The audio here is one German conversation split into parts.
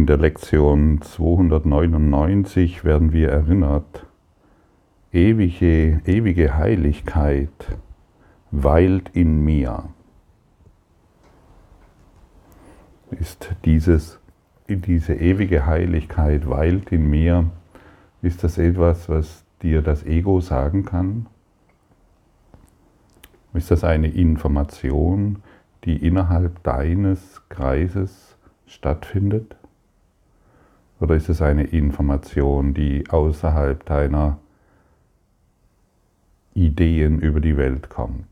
der Lektion 299 werden wir erinnert, ewige Heiligkeit weilt in mir. Ist diese ewige Heiligkeit weilt in mir, ist das etwas, was dir das Ego sagen kann? Ist das eine Information, die innerhalb deines Kreises stattfindet? Oder ist es eine Information, die außerhalb deiner Ideen über die Welt kommt?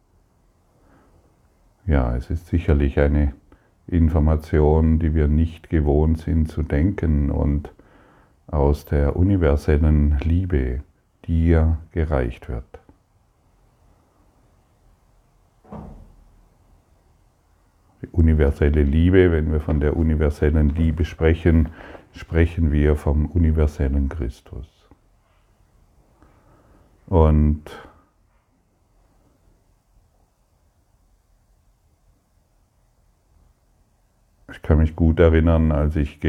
Ja, es ist sicherlich eine Information, die wir nicht gewohnt sind zu denken und aus der universellen Liebe dir gereicht wird. Die universelle Liebe, wenn wir von der universellen Liebe sprechen, sprechen wir vom universellen Christus. Und ich kann mich gut erinnern, als ich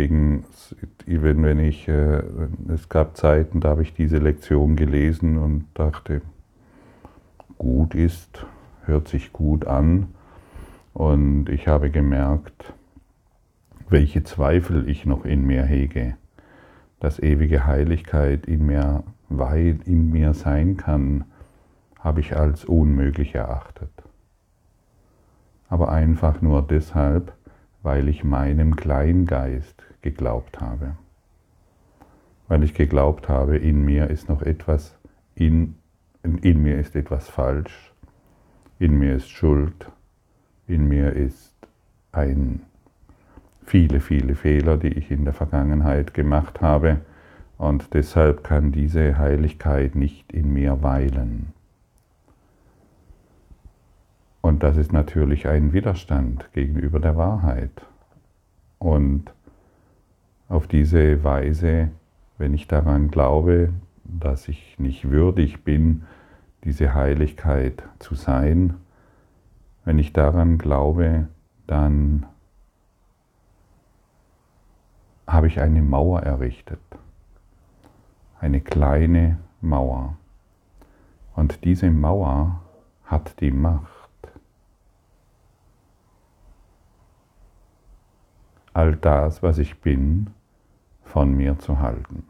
es gab Zeiten, da habe ich diese Lektion gelesen und dachte, gut ist, hört sich gut an. Und ich habe gemerkt, welche Zweifel ich noch in mir hege, dass ewige Heiligkeit in mir sein kann, habe ich als unmöglich erachtet. Aber einfach nur deshalb, weil ich meinem Kleingeist geglaubt habe. Weil ich geglaubt habe, in mir ist noch etwas, in mir ist etwas falsch, in mir ist Schuld, in mir ist viele Fehler, die ich in der Vergangenheit gemacht habe, und deshalb kann diese Heiligkeit nicht in mir weilen. Und das ist natürlich ein Widerstand gegenüber der Wahrheit. Und auf diese Weise, wenn ich daran glaube, dass ich nicht würdig bin, diese Heiligkeit zu sein, wenn ich daran glaube, dann habe ich eine Mauer errichtet. Eine kleine Mauer. Und diese Mauer hat die Macht, all das, was ich bin, von mir zu halten.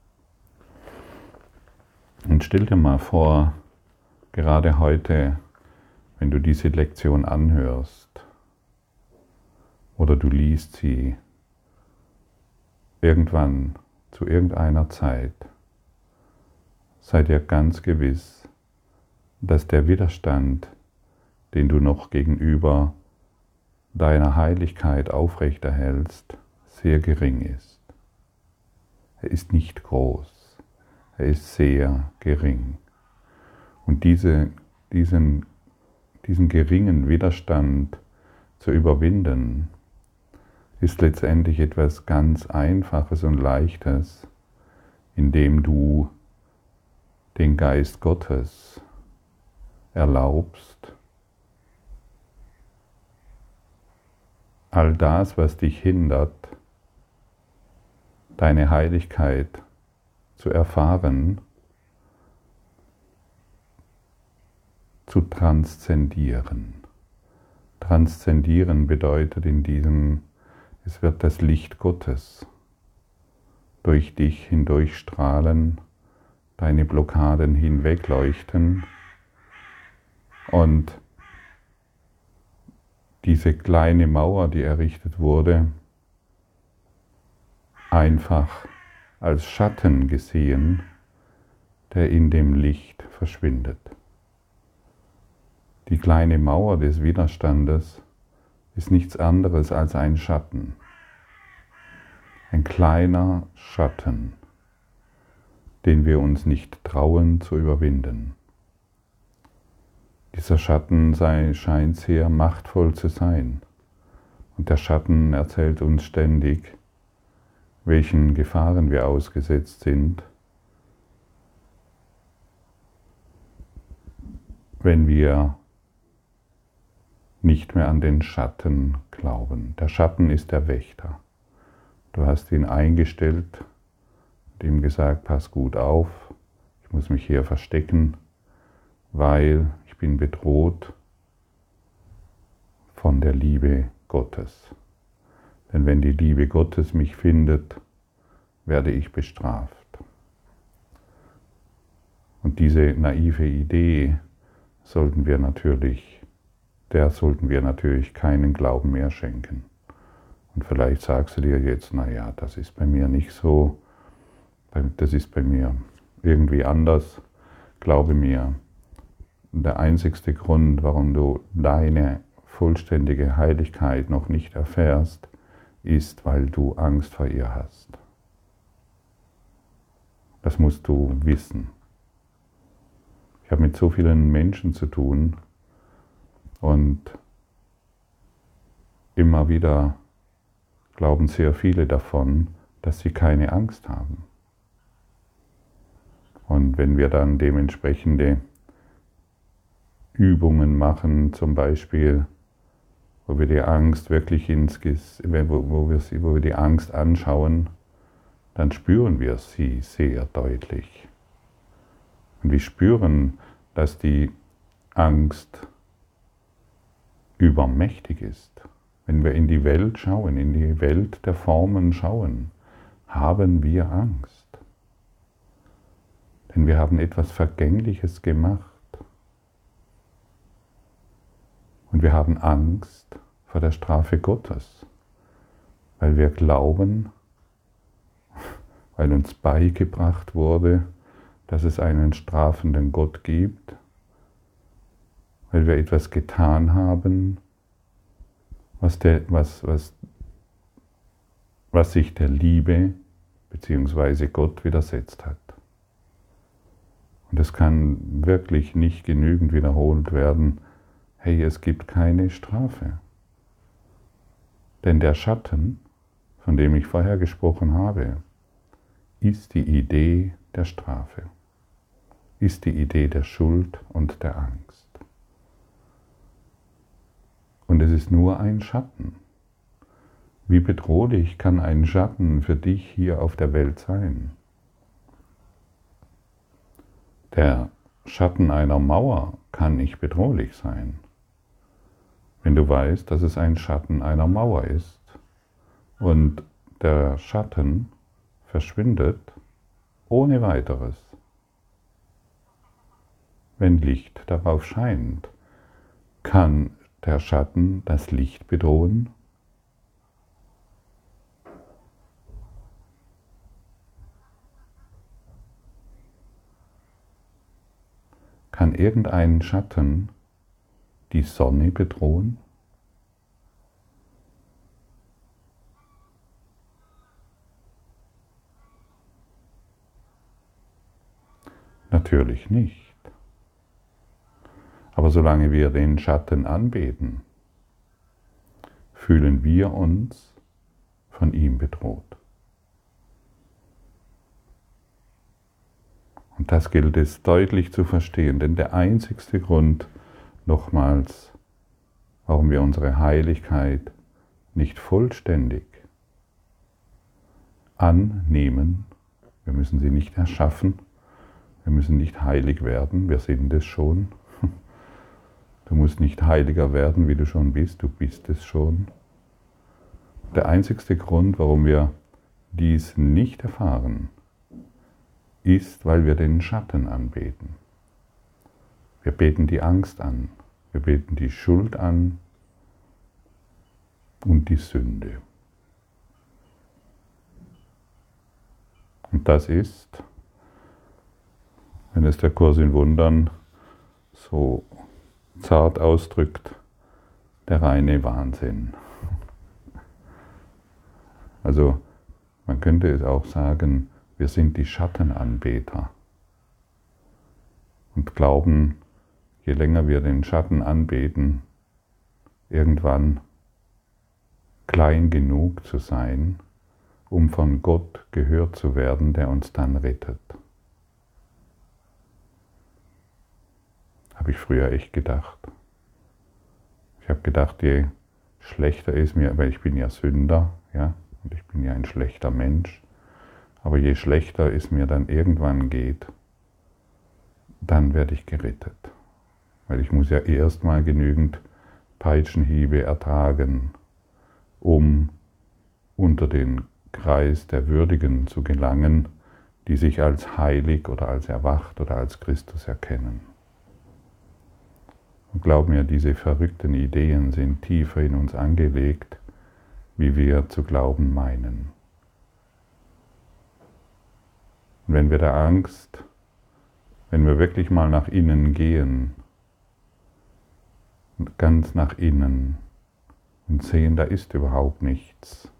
Und stell dir mal vor, gerade heute, wenn du diese Lektion anhörst oder du liest sie irgendwann zu irgendeiner Zeit, sei dir ganz gewiss, dass der Widerstand, den du noch gegenüber deiner Heiligkeit aufrechterhältst, sehr gering ist. Er ist nicht groß, er ist sehr gering. Und diesen geringen Widerstand zu überwinden, ist letztendlich etwas ganz Einfaches und Leichtes, indem du den Geist Gottes erlaubst, all das, was dich hindert, deine Heiligkeit zu erfahren, zu transzendieren. Transzendieren bedeutet es wird das Licht Gottes durch dich hindurchstrahlen, deine Blockaden hinwegleuchten und diese kleine Mauer, die errichtet wurde, einfach als Schatten gesehen, der in dem Licht verschwindet. Die kleine Mauer des Widerstandes ist nichts anderes als ein Schatten. Ein kleiner Schatten, den wir uns nicht trauen zu überwinden. Dieser Schatten scheint sehr machtvoll zu sein. Und der Schatten erzählt uns ständig, welchen Gefahren wir ausgesetzt sind, wenn wir nicht mehr an den Schatten glauben. Der Schatten ist der Wächter. Du hast ihn eingestellt und ihm gesagt, pass gut auf, ich muss mich hier verstecken, weil ich bin bedroht von der Liebe Gottes. Denn wenn die Liebe Gottes mich findet, werde ich bestraft. Und diese naive Idee der sollten wir natürlich keinen Glauben mehr schenken. Und vielleicht sagst du dir jetzt, naja, das ist bei mir nicht so, das ist bei mir irgendwie anders. Glaube mir, der einzigste Grund, warum du deine vollständige Heiligkeit noch nicht erfährst, ist, weil du Angst vor ihr hast. Das musst du wissen. Ich habe mit so vielen Menschen zu tun und immer wieder glauben sehr viele davon, dass sie keine Angst haben. Und wenn wir dann dementsprechende Übungen machen, zum Beispiel, wo wir die Angst wirklich wo wir die Angst anschauen, dann spüren wir sie sehr deutlich. Und wir spüren, dass die Angst übermächtig ist. Wenn wir in die Welt schauen, in die Welt der Formen schauen, haben wir Angst. Denn wir haben etwas Vergängliches gemacht. Und wir haben Angst vor der Strafe Gottes, weil wir glauben, weil uns beigebracht wurde, dass es einen strafenden Gott gibt, weil wir etwas getan haben, was sich der Liebe bzw. Gott widersetzt hat. Und es kann wirklich nicht genügend wiederholt werden, hey, es gibt keine Strafe. Denn der Schatten, von dem ich vorher gesprochen habe, ist die Idee der Strafe, ist die Idee der Schuld und der Angst. Und es ist nur ein Schatten. Wie bedrohlich kann ein Schatten für dich hier auf der Welt sein? Der Schatten einer Mauer kann nicht bedrohlich sein, wenn du weißt, dass es ein Schatten einer Mauer ist und der Schatten verschwindet ohne weiteres, wenn Licht darauf scheint. Kann der Schatten das Licht bedrohen? Kann irgendein Schatten die Sonne bedrohen? Natürlich nicht. Aber solange wir den Schatten anbeten, fühlen wir uns von ihm bedroht. Und das gilt es deutlich zu verstehen, denn der einzigste Grund, nochmals, warum wir unsere Heiligkeit nicht vollständig annehmen, wir müssen sie nicht erschaffen, wir müssen nicht heilig werden, wir sind es schon. Du musst nicht heiliger werden, wie du schon bist, du bist es schon. Der einzigste Grund, warum wir dies nicht erfahren, ist, weil wir den Schatten anbeten. Wir beten die Angst an, wir beten die Schuld an und die Sünde. Und das ist, wenn es der Kurs in Wundern so zart ausdrückt, der reine Wahnsinn. Also man könnte es auch sagen, wir sind die Schattenanbeter und glauben, je länger wir den Schatten anbeten, irgendwann klein genug zu sein, um von Gott gehört zu werden, der uns dann rettet. Habe ich früher echt gedacht. Ich habe gedacht, je schlechter ist mir, weil ich bin ja Sünder, ja, und ich bin ja ein schlechter Mensch, aber je schlechter es mir dann irgendwann geht, dann werde ich gerettet. Weil ich muss ja erstmal genügend Peitschenhiebe ertragen, um unter den Kreis der Würdigen zu gelangen, die sich als heilig oder als erwacht oder als Christus erkennen. Und glaub mir, diese verrückten Ideen sind tiefer in uns angelegt, wie wir zu glauben meinen. Und wenn wir der Angst, wenn wir wirklich mal nach innen gehen, ganz nach innen und sehen, da ist überhaupt nichts,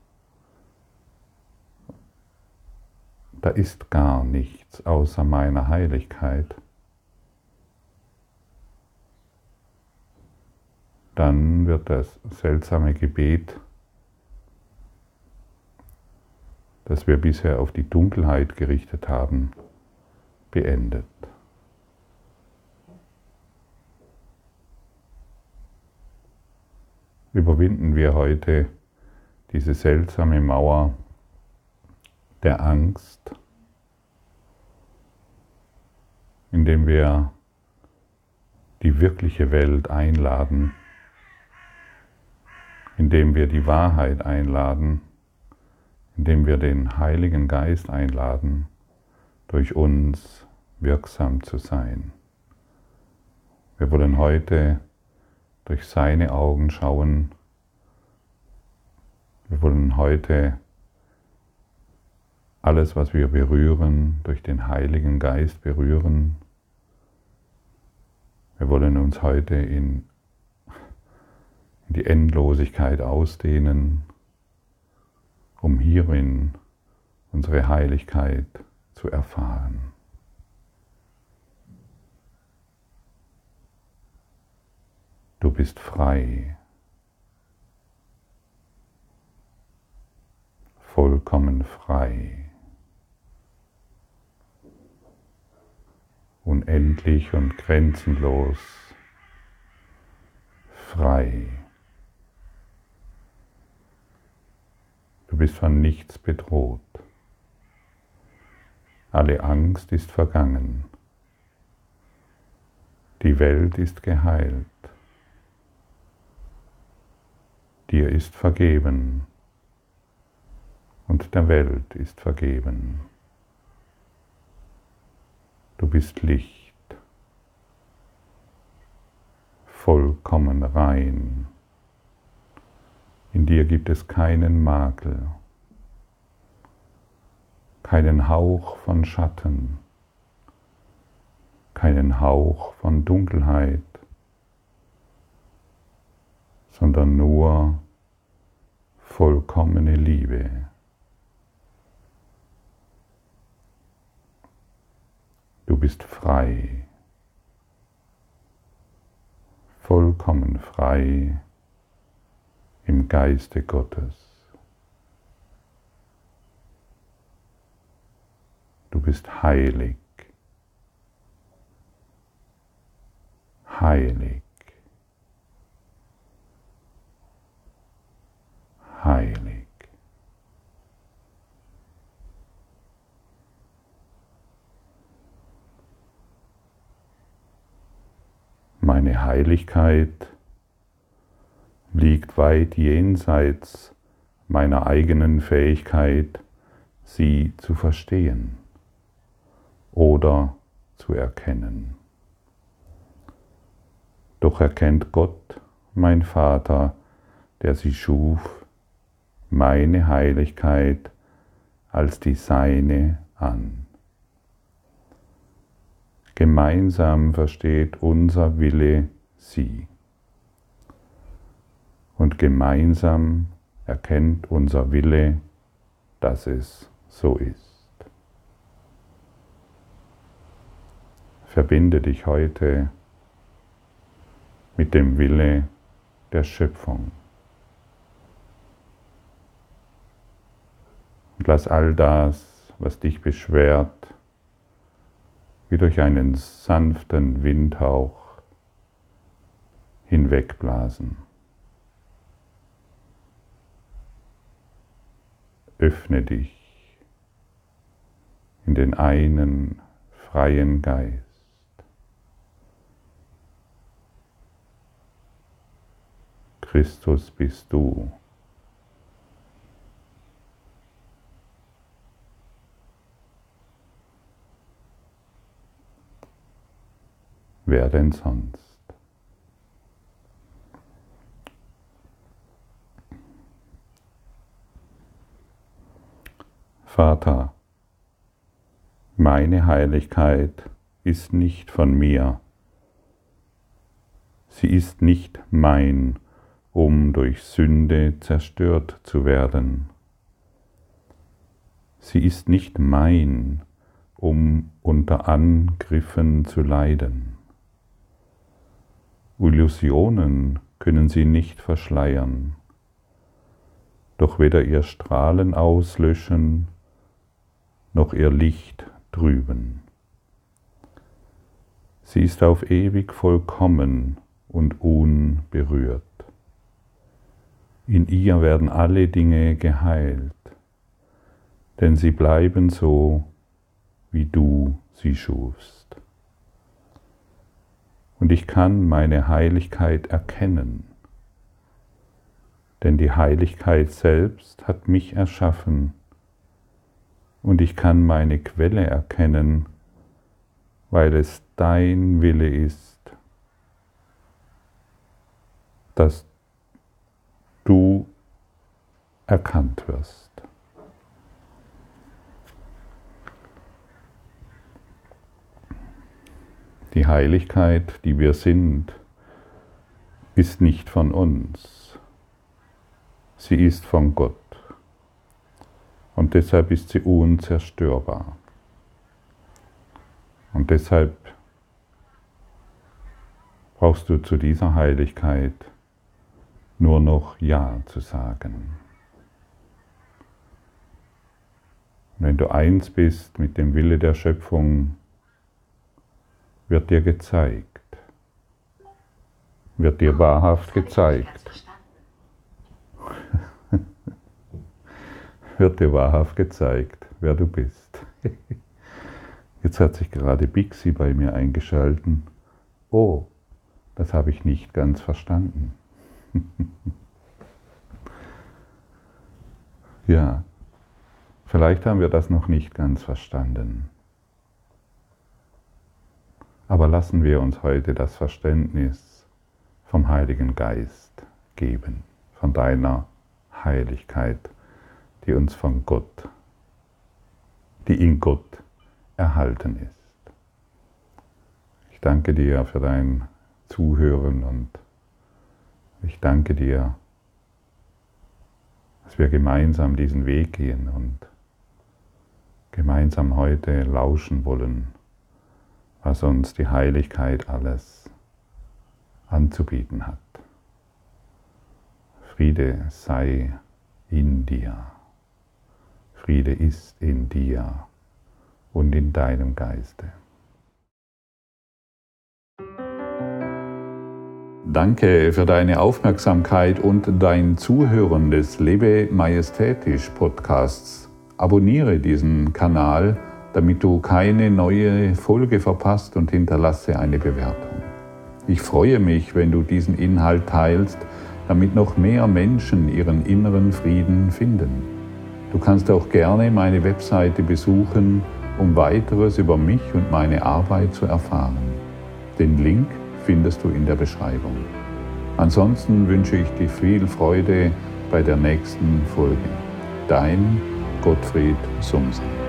da ist gar nichts außer meiner Heiligkeit, dann wird das seltsame Gebet, das wir bisher auf die Dunkelheit gerichtet haben, beendet. Überwinden wir heute diese seltsame Mauer der Angst, indem wir die wirkliche Welt einladen, indem wir die Wahrheit einladen, indem wir den Heiligen Geist einladen, durch uns wirksam zu sein. Wir wollen heute durch seine Augen schauen. Wir wollen heute alles, was wir berühren, durch den Heiligen Geist berühren. Wir wollen uns heute in die Endlosigkeit ausdehnen, um hierin unsere Heiligkeit zu erfahren. Du bist frei, vollkommen frei, unendlich und grenzenlos frei. Du bist von nichts bedroht. Alle Angst ist vergangen. Die Welt ist geheilt. Dir ist vergeben und der Welt ist vergeben. Du bist Licht, vollkommen rein. In dir gibt es keinen Makel, keinen Hauch von Schatten, keinen Hauch von Dunkelheit, sondern nur vollkommene Liebe. Du bist frei, vollkommen frei im Geiste Gottes. Du bist heilig, heilig, heilig. Meine Heiligkeit liegt weit jenseits meiner eigenen Fähigkeit, sie zu verstehen oder zu erkennen. Doch erkennt Gott, mein Vater, der sie schuf, meine Heiligkeit als die seine an. Gemeinsam versteht unser Wille sie. Und gemeinsam erkennt unser Wille, dass es so ist. Verbinde dich heute mit dem Wille der Schöpfung. Und lass all das, was dich beschwert, wie durch einen sanften Windhauch hinwegblasen. öffne dich in den einen freien Geist. Christus bist du. Wer denn sonst? Vater, meine Heiligkeit ist nicht von mir. Sie ist nicht mein, um durch Sünde zerstört zu werden. Sie ist nicht mein, um unter Angriffen zu leiden. Illusionen können sie nicht verschleiern, doch weder ihr Strahlen auslöschen, noch ihr Licht trüben. Sie ist auf ewig vollkommen und unberührt. In ihr werden alle Dinge geheilt, denn sie bleiben so, wie du sie schufst. Und ich kann meine Heiligkeit erkennen, denn die Heiligkeit selbst hat mich erschaffen, und ich kann meine Quelle erkennen, weil es dein Wille ist, dass du erkannt wirst. Die Heiligkeit, die wir sind, ist nicht von uns. Sie ist von Gott. Und deshalb ist sie unzerstörbar. Und deshalb brauchst du zu dieser Heiligkeit nur noch Ja zu sagen. Und wenn du eins bist mit dem Wille der Schöpfung, wird dir gezeigt, wird dir wahrhaft gezeigt, wird dir wahrhaft gezeigt, wer du bist. Jetzt hat sich gerade Bixi bei mir eingeschalten. Oh, das habe ich nicht ganz verstanden. Ja, vielleicht haben wir das noch nicht ganz verstanden. Aber lassen wir uns heute das Verständnis vom Heiligen Geist geben, von deiner Heiligkeit, die uns von Gott, die in Gott erhalten ist. Ich danke dir für dein Zuhören und ich danke dir, dass wir gemeinsam diesen Weg gehen und gemeinsam heute lauschen wollen, was uns die Heiligkeit alles anzubieten hat. Friede sei in dir. Friede ist in dir und in deinem Geiste. Danke für deine Aufmerksamkeit und dein Zuhören des Lebe Majestätisch Podcasts. Abonniere diesen Kanal, damit du keine neue Folge verpasst, und hinterlasse eine Bewertung. Ich freue mich, wenn du diesen Inhalt teilst, damit noch mehr Menschen ihren inneren Frieden finden. Du kannst auch gerne meine Webseite besuchen, um weiteres über mich und meine Arbeit zu erfahren. Den Link findest du in der Beschreibung. Ansonsten wünsche ich dir viel Freude bei der nächsten Folge. Dein Gottfried Sumsen.